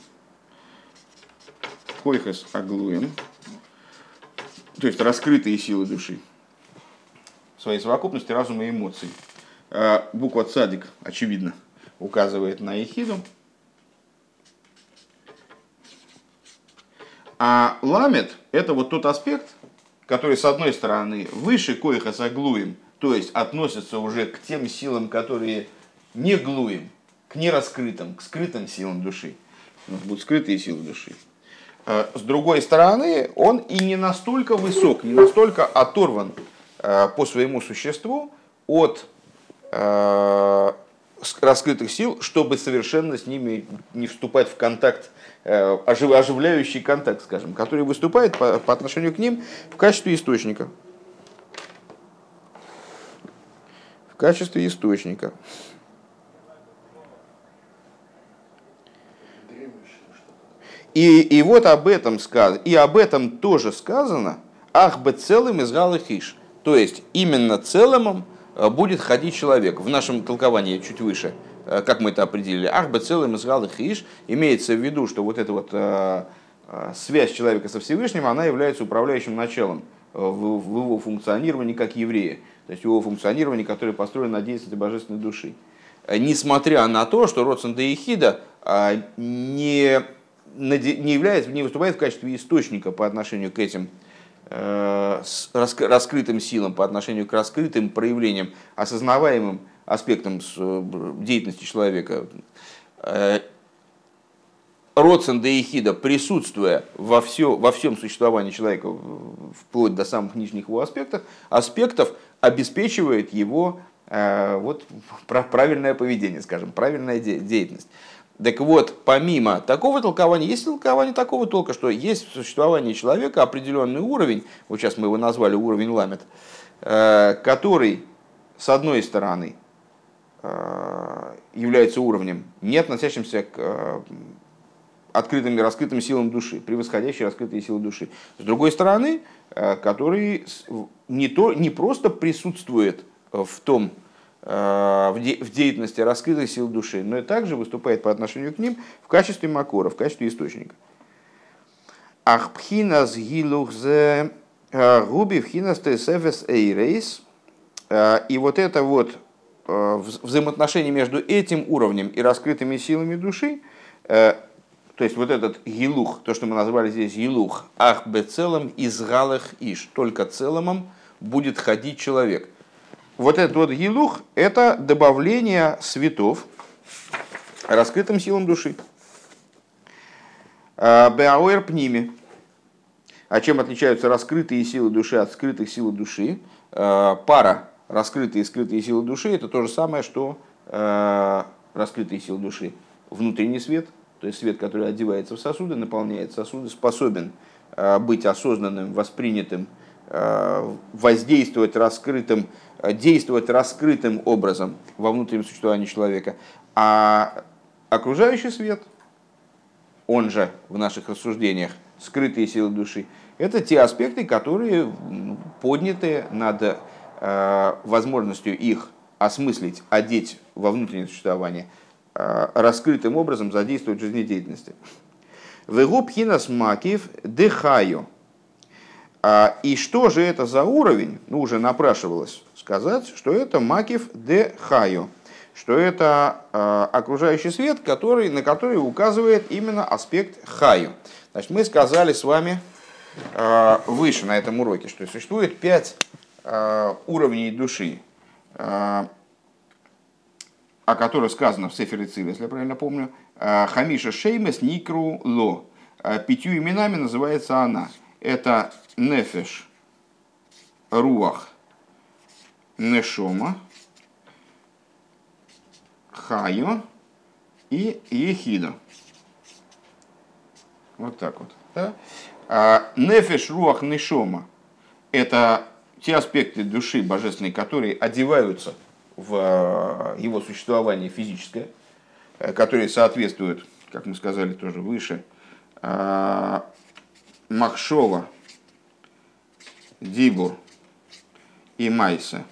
Койхас аглуем, то есть раскрытые силы души в своей совокупности разума и эмоций. Буква цадик, очевидно, указывает на ехиду. А ламет – это вот тот аспект, который, с одной стороны, выше койхас аглуем, то есть относится уже к тем силам, которые не глуем, к нераскрытым, к скрытым силам души. У нас будут скрытые силы души. С другой стороны, он и не настолько высок, не настолько оторван по своему существу от раскрытых сил, чтобы совершенно с ними не вступать в контакт, оживляющий контакт, скажем, который выступает по, по отношению к ним в качестве источника. В качестве источника. И, и вот об этом сказано, и об этом тоже сказано, ах бы целым из галахиш, то есть именно целым будет ходить человек. В нашем толковании чуть выше, как мы это определили, ах бы целым из галахиш, имеется в виду, что вот эта вот э, связь человека со Всевышним, она является управляющим началом в, в его функционировании как еврея, то есть в его функционировании, которое построено на деятельности божественной души. Несмотря на то, что Роцен де Ехида не не является, не выступает в качестве источника по отношению к этим э, раскрытым силам, по отношению к раскрытым проявлениям, осознаваемым аспектам деятельности человека. Роцен де Ехида, присутствуя во, все, во всем существовании человека, вплоть до самых нижних его аспектов, аспектов обеспечивает его э, вот, правильное поведение, скажем, правильная де- деятельность. Так вот, помимо такого толкования, есть толкование такого толка, что есть в существовании человека определенный уровень, вот сейчас мы его назвали уровень ламет, который, с одной стороны, является уровнем, не относящимся к открытым и раскрытым силам души, превосходящие раскрытые силы души. С другой стороны, который не, то, не просто присутствует в том, в деятельности раскрытых сил души, но и также выступает по отношению к ним в качестве макора, в качестве источника. Ахпхинас гилухзе губи вхинас тесефес эйрейс. И вот это вот взаимоотношение между этим уровнем и раскрытыми силами души, то есть вот этот гилух, то, что мы назвали здесь гилух, ах бецелом из галах иш, только целомом будет ходить человек. Вот этот вот гилух – это добавление светов раскрытым силам души. Беауэр пними. А чем отличаются раскрытые силы души от скрытых сил души? Пара раскрытые и скрытые силы души – это то же самое, что раскрытые силы души. Внутренний свет, то есть свет, который одевается в сосуды, наполняет сосуды, способен быть осознанным, воспринятым, воздействовать раскрытым, действовать раскрытым образом во внутреннем существовании человека. А окружающий свет, он же в наших рассуждениях скрытые силы души, это те аспекты, которые подняты над возможностью их осмыслить, одеть во внутреннее существование, раскрытым образом задействовать в жизнедеятельности. Вегу пхинас макив дехаю. И что же это за уровень? Ну, уже напрашивалось сказать, что это макив де хаю, что это э, окружающий свет, который, на который указывает именно аспект хаю. Значит, мы сказали с вами э, выше на этом уроке, что существует пять э, уровней души, э, о которых сказано в Сефер Цивь, если я правильно помню. Хамиша шеймес никру ло. Пятью именами называется она. Это нефеш, руах, нешома, хайо и ехида. Вот так вот. Да? А нефеш, руах, нешома – это те аспекты души божественной, которые одеваются в его существование физическое, которые соответствуют как мы сказали тоже выше, махшова, дибур и майса,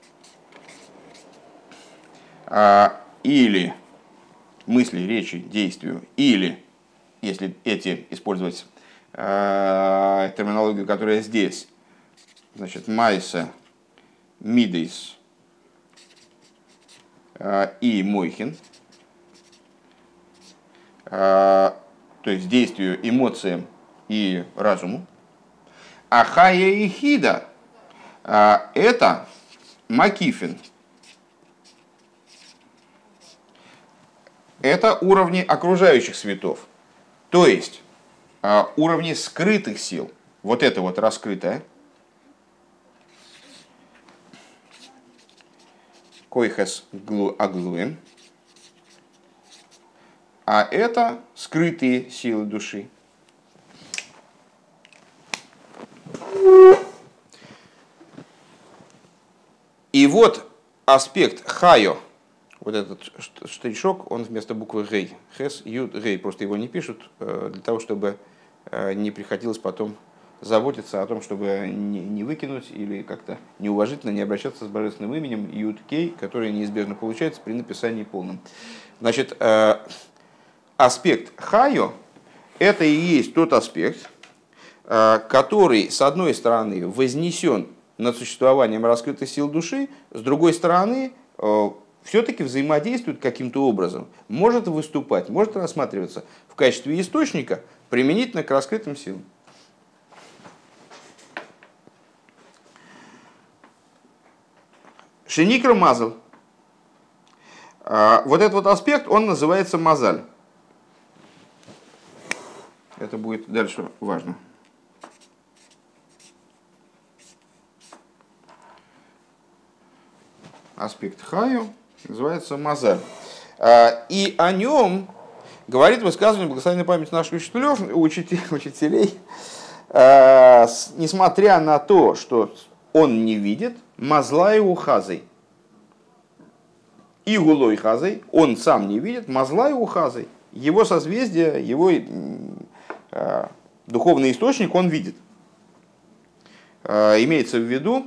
или мысли, речи, действию, или, если эти использовать терминологию, которая здесь, значит, майса, мидейс и мойхин, то есть действию, эмоциям и разуму. А хая и хида – это макифин. Это уровни окружающих светов, то есть уровни скрытых сил. Вот это вот раскрытое. Койхес аглуем. А это скрытые силы души. И вот аспект хайо, вот этот штришок, он вместо буквы гей, хес, юд, гей, просто его не пишут, для того, чтобы не приходилось потом заботиться о том, чтобы не выкинуть или как-то неуважительно не обращаться с божественным именем юд, кей, которое неизбежно получается при написании полным. Значит, аспект хайо – это и есть тот аспект, который, с одной стороны, вознесен над существованием раскрытых сил души, с другой стороны, все-таки взаимодействует каким-то образом, может выступать, может рассматриваться в качестве источника применительно к раскрытым силам. Шеникр мазал. Вот этот вот аспект, он называется мазаль. Это будет дальше важно. Аспект хаю называется мазаль. И о нем говорит высказывание благословенной памяти наших учителей, учителей, несмотря на то, что он не видит, мазла и ухазой. И гулой хазой, он сам не видит, мазла и ухазой. Его созвездие, его э, духовный источник он видит. Э, имеется в виду,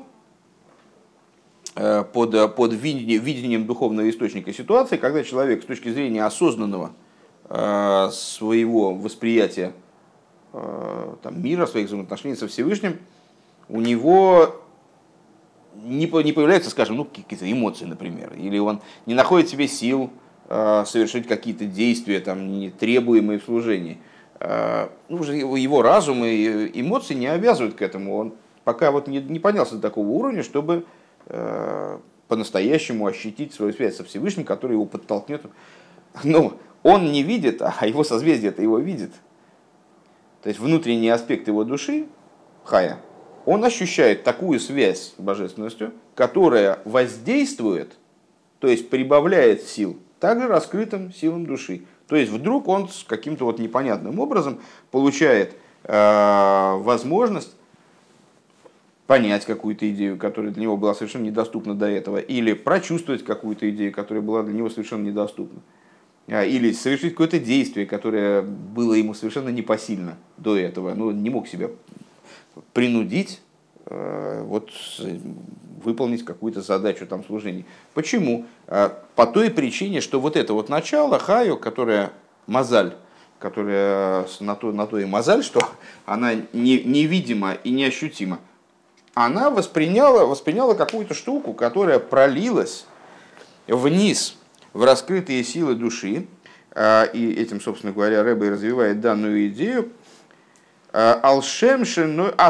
э, под, под видением, видением духовного источника ситуации, когда человек с точки зрения осознанного э, своего восприятия э, там, мира, своих взаимоотношений со Всевышним, у него не, не появляются, скажем, ну, какие-то эмоции, например, или он не находит в себе сил э, совершить какие-то действия, там, не требуемые в служении. Э, ну, его, его разум и эмоции не обязывают к этому. Он пока вот не, не поднялся до такого уровня, чтобы э, по-настоящему ощутить свою связь со Всевышним, который его подтолкнет. Но он не видит, а его созвездие-то его видит. То есть внутренний аспект его души, хая, он ощущает такую связь с божественностью, которая воздействует, то есть прибавляет сил, также раскрытым силам души. То есть вдруг он с каким-то вот непонятным образом получает э, возможность понять какую-то идею, которая для него была совершенно недоступна до этого, или прочувствовать какую-то идею, которая была для него совершенно недоступна, или совершить какое-то действие, которое было ему совершенно непосильно до этого, но он не мог себя принудить вот, выполнить какую-то задачу там служения. Почему? По той причине, что вот это вот начало, хаю, которое мазаль, которая на то, на то и мазаль, что она не, невидима и неощутима, она восприняла, восприняла какую-то штуку, которая пролилась вниз в раскрытые силы души, и этим, собственно говоря, Ребе развивает данную идею. Почему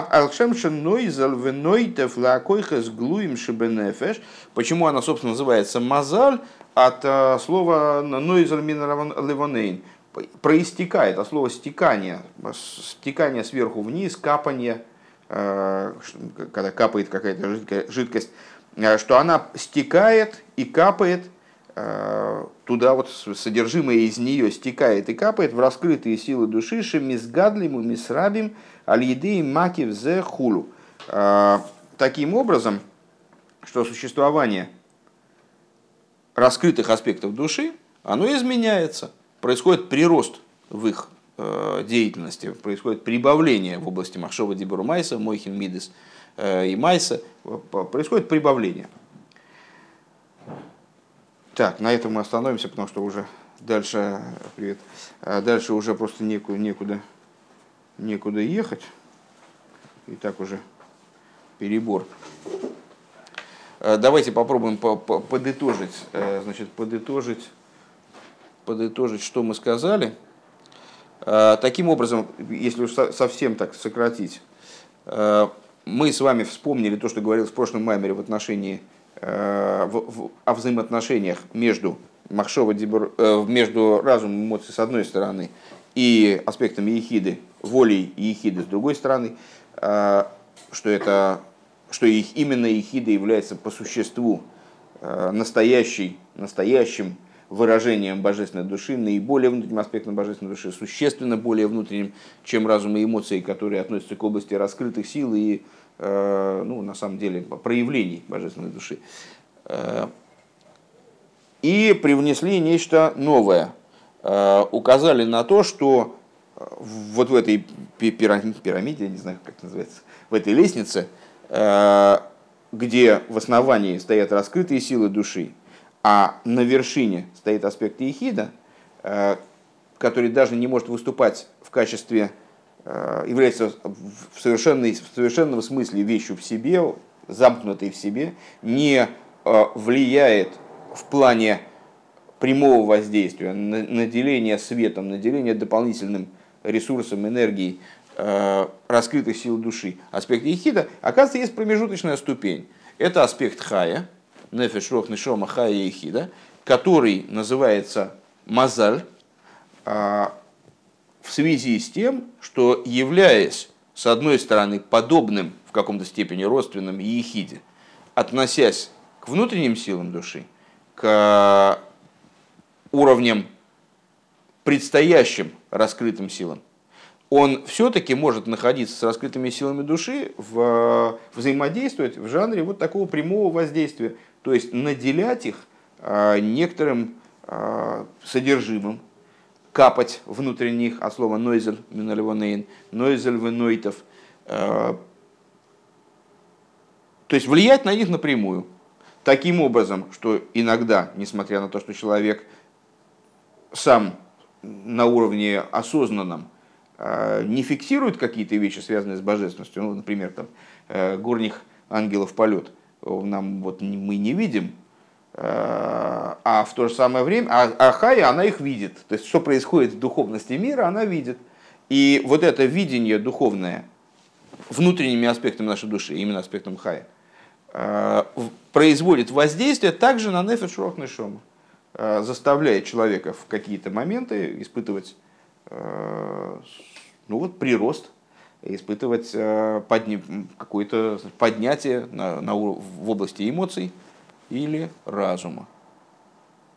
она, собственно, называется мазаль? От слова нойзаль мин левонейн. Проистекает от слова стекание, стекание сверху вниз, капание, когда капает какая-то жидкость, что она стекает и капает туда, вот содержимое из нее стекает и капает в раскрытые силы души, шемизгадлиму мисрабим аль-едей макив зе хулу. Таким образом, что существование раскрытых аспектов души, оно изменяется происходит прирост в их деятельности, происходит прибавление в области Махшова Дибура Майса, Мойхин Мидес и Майса, происходит прибавление. Так, на этом мы остановимся, потому что уже дальше, привет, дальше уже просто некуда, некуда, некуда ехать. И так уже перебор. Давайте попробуем подытожить, значит, подытожить, подытожить, что мы сказали. Таким образом, если уж совсем так сократить, мы с вами вспомнили то, что говорил в прошлом маймере в отношении, в, в, о взаимоотношениях между Махшова Дибур, между разумом и эмоцией с одной стороны и аспектами ехиды, волей ехиды с другой стороны, что, это, что их, именно ехида является по существу настоящей, настоящим выражением божественной души, наиболее внутренним аспектом божественной души, существенно более внутренним, чем разум и эмоции, которые относятся к области раскрытых сил и, ну, на самом деле, проявлений божественной души. И привнесли нечто новое. Указали на то, что вот в этой пирамиде, я не знаю, как это называется, в этой лестнице, где в основании стоят раскрытые силы души, а на вершине стоит аспект ехида, который даже не может выступать в качестве, является в, совершенной, в совершенном смысле вещью в себе, замкнутой в себе, не влияет в плане прямого воздействия, наделения светом, наделения дополнительным ресурсом, энергией раскрытых сил души. Аспект ехида, оказывается, есть промежуточная ступень. Это аспект хая, нефеш рох нешома хая ехида, который называется мазаль, в связи с тем, что, являясь, с одной стороны, подобным в каком-то степени родственным ехиде, относясь к внутренним силам души, к уровням предстоящим раскрытым силам, он все-таки может находиться с раскрытыми силами души, в, взаимодействовать в жанре вот такого прямого воздействия, то есть наделять их некоторым содержимым, капать внутрь них, от слова нойзель, миналевонейн, нойзель венойтов, то есть влиять на них напрямую. Таким образом, что иногда, несмотря на то, что человек сам на уровне осознанном не фиксирует какие-то вещи, связанные с божественностью, ну, например, там, горних ангелов полет, нам вот мы не видим, а в то же самое время, а, а Хая, она их видит. То есть, что происходит в духовности мира, она видит. И вот это видение духовное внутренними аспектами нашей души, именно аспектом Хая, производит воздействие также на нефеш рох нешома, заставляет человека в какие-то моменты испытывать, ну вот, прирост, испытывать подня... какое-то поднятие на, на, в области эмоций или разума.